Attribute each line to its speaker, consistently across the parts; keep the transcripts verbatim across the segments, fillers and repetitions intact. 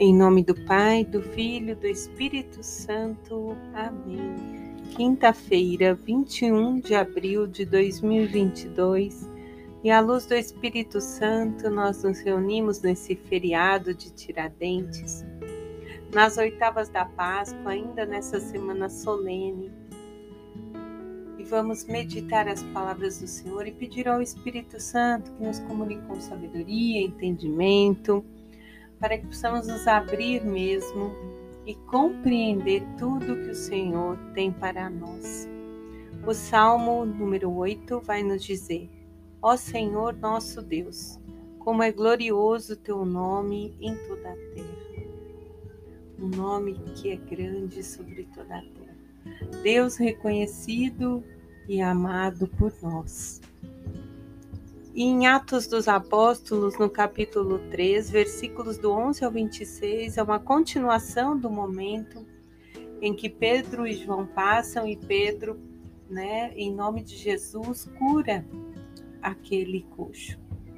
Speaker 1: Em nome do Pai, do Filho e do Espírito Santo. Amém. Quinta-feira, vinte e um de abril de dois mil e vinte e dois, e à luz do Espírito Santo, nós nos reunimos nesse feriado de Tiradentes, nas oitavas da Páscoa, ainda nessa semana solene, e vamos meditar as palavras do Senhor e pedir ao Espírito Santo que nos comunique com sabedoria, entendimento, para que possamos nos abrir mesmo e compreender tudo que o Senhor tem para nós. O Salmo número oito vai nos dizer: Ó Senhor nosso Deus, como é glorioso teu nome em toda a terra. Um nome que é grande sobre toda a terra. Deus reconhecido e amado por nós. E em Atos dos Apóstolos, no capítulo três, versículos do onze ao vinte e seis, é uma continuação do momento em que Pedro e João passam e Pedro, né, em nome de Jesus, cura aquele coxo.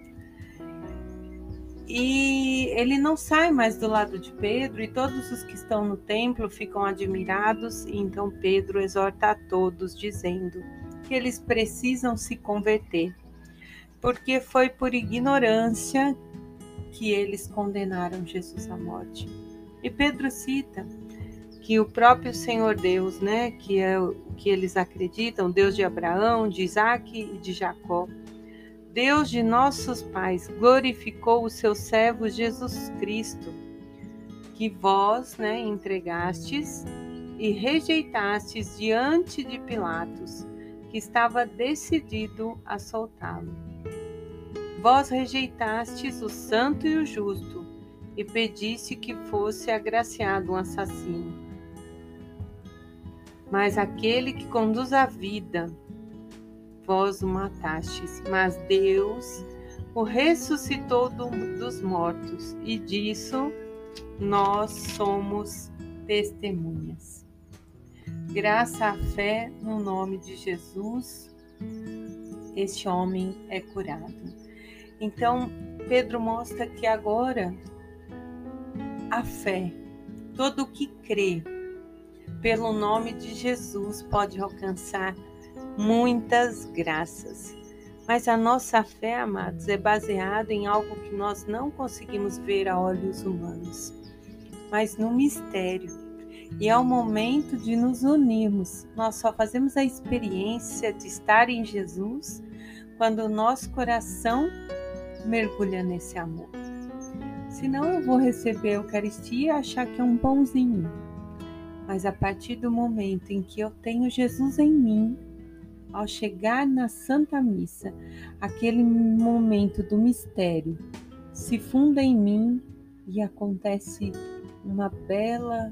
Speaker 1: E ele não sai mais do lado de Pedro e todos os que estão no templo ficam admirados, e então Pedro exorta a todos, dizendo que eles precisam se converter, porque foi por ignorância que eles condenaram Jesus à morte. E Pedro cita que o próprio Senhor Deus, né, que é o que eles acreditam, Deus de Abraão, de Isaque e de Jacó, Deus de nossos pais, glorificou o seu servo Jesus Cristo, que vós, né, entregastes e rejeitastes diante de Pilatos, que estava decidido a soltá-lo. Vós rejeitastes o santo e o justo, e pediste que fosse agraciado um assassino. Mas aquele que conduz a vida, vós o matastes, mas Deus o ressuscitou do, dos mortos, e disso nós somos testemunhas. Graças à fé no nome de Jesus, este homem é curado. Então, Pedro mostra que agora a fé, todo o que crê pelo nome de Jesus pode alcançar muitas graças. Mas a nossa fé, amados, é baseada em algo que nós não conseguimos ver a olhos humanos, mas no mistério. E é o momento de nos unirmos. Nós só fazemos a experiência de estar em Jesus quando o nosso coração mergulha nesse amor. Senão eu vou receber a Eucaristia e achar que é um pãozinho. Mas a partir do momento em que eu tenho Jesus em mim, ao chegar na Santa Missa, aquele momento do mistério se funda em mim e acontece uma bela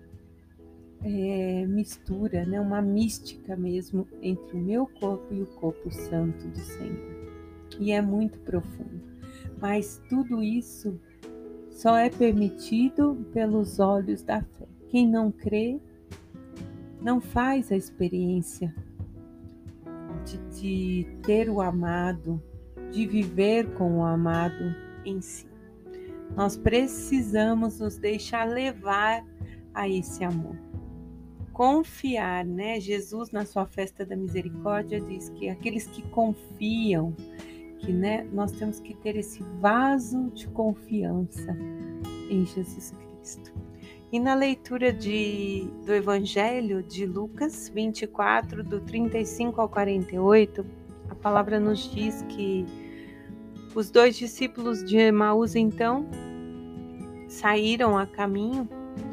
Speaker 1: é, mistura, né? Uma mística mesmo entre o meu corpo e o corpo santo do Senhor. E é muito profundo. Mas tudo isso só é permitido pelos olhos da fé. Quem não crê, não faz a experiência de, de ter o amado, de viver com o amado em si. Nós precisamos nos deixar levar a esse amor. Confiar, né? Jesus, na sua festa da misericórdia, diz que aqueles que confiam, que, né, nós temos que ter esse vaso de confiança em Jesus Cristo. E na leitura de, do Evangelho de Lucas vinte e quatro, do trinta e cinco ao quarenta e oito, a palavra nos diz que os dois discípulos de Emaús, então, saíram a caminho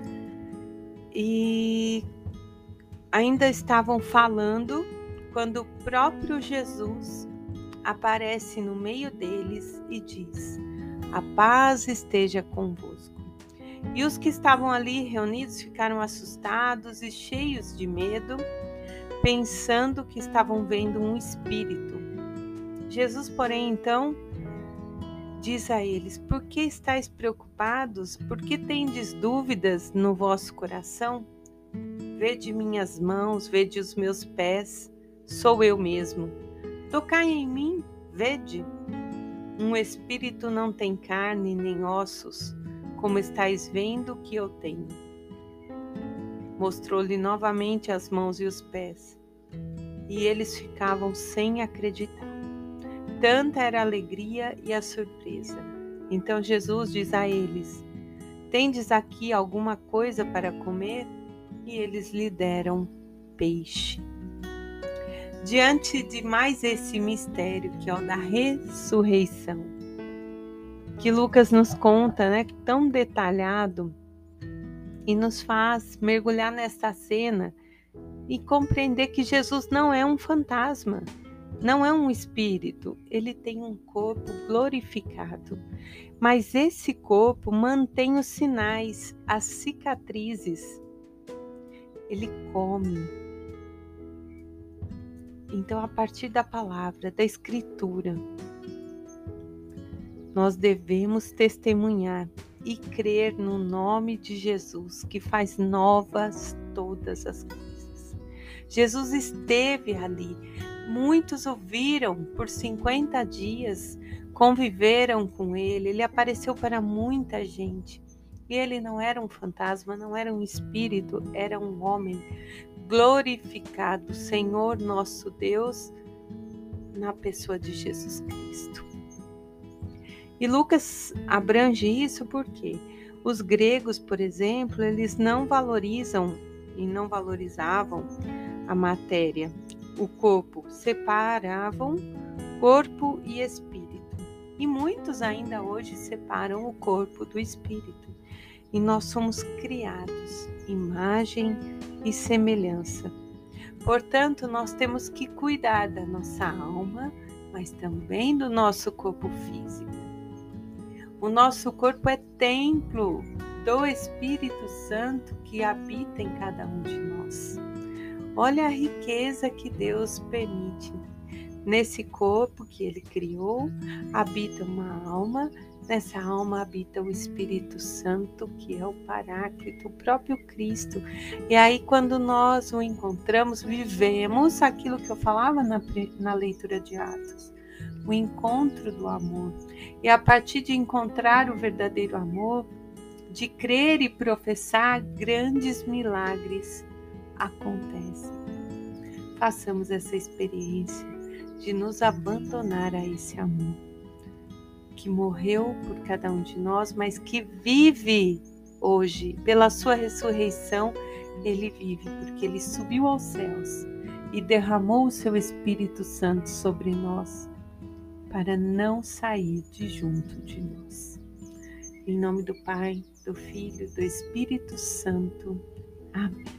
Speaker 1: e ainda estavam falando quando o próprio Jesus aparece no meio deles e diz: a paz esteja convosco. E os que estavam ali reunidos ficaram assustados e cheios de medo, pensando que estavam vendo um espírito. Jesus, porém, então, diz a eles: por que estáis preocupados? Por que tendes dúvidas no vosso coração? Vede minhas mãos, vede os meus pés, sou eu mesmo. Tocai em mim, vede. Um espírito não tem carne nem ossos, como estáis vendo que eu tenho. Mostrou-lhe novamente as mãos e os pés, e eles ficavam sem acreditar. Tanta era a alegria e a surpresa. Então Jesus diz a eles: tendes aqui alguma coisa para comer? E eles lhe deram peixe. Diante de mais esse mistério, que é o da ressurreição, que Lucas nos conta, né, tão detalhado, e nos faz mergulhar nessa cena e compreender que Jesus não é um fantasma, não é um espírito, ele tem um corpo glorificado. Mas esse corpo mantém os sinais, as cicatrizes. Ele come. Então, a partir da palavra, da escritura, nós devemos testemunhar e crer no nome de Jesus, que faz novas todas as coisas. Jesus esteve ali. Muitos o viram por cinquenta dias, conviveram com ele, ele apareceu para muita gente. E ele não era um fantasma, não era um espírito, era um homem glorificado, Senhor nosso Deus, na pessoa de Jesus Cristo. E Lucas abrange isso porque os gregos, por exemplo, eles não valorizam e não valorizavam a matéria, o corpo, separavam corpo e espírito. E muitos ainda hoje separam o corpo do espírito. E nós somos criados, imagem e semelhança. Portanto, nós temos que cuidar da nossa alma, mas também do nosso corpo físico. O nosso corpo é templo do Espírito Santo que habita em cada um de nós. Olha a riqueza que Deus permite. Nesse corpo que Ele criou, habita uma alma. Nessa alma habita o Espírito Santo, que é o Paráclito, o próprio Cristo. E aí, quando nós o encontramos, vivemos aquilo que eu falava na, na leitura de Atos. O encontro do amor. E a partir de encontrar o verdadeiro amor, de crer e professar, grandes milagres acontecem. Façamos essa experiência de nos abandonar a esse amor, que morreu por cada um de nós, mas que vive hoje. Pela sua ressurreição, ele vive, porque ele subiu aos céus e derramou o seu Espírito Santo sobre nós, para não sair de junto de nós. Em nome do Pai, do Filho e do Espírito Santo. Amém.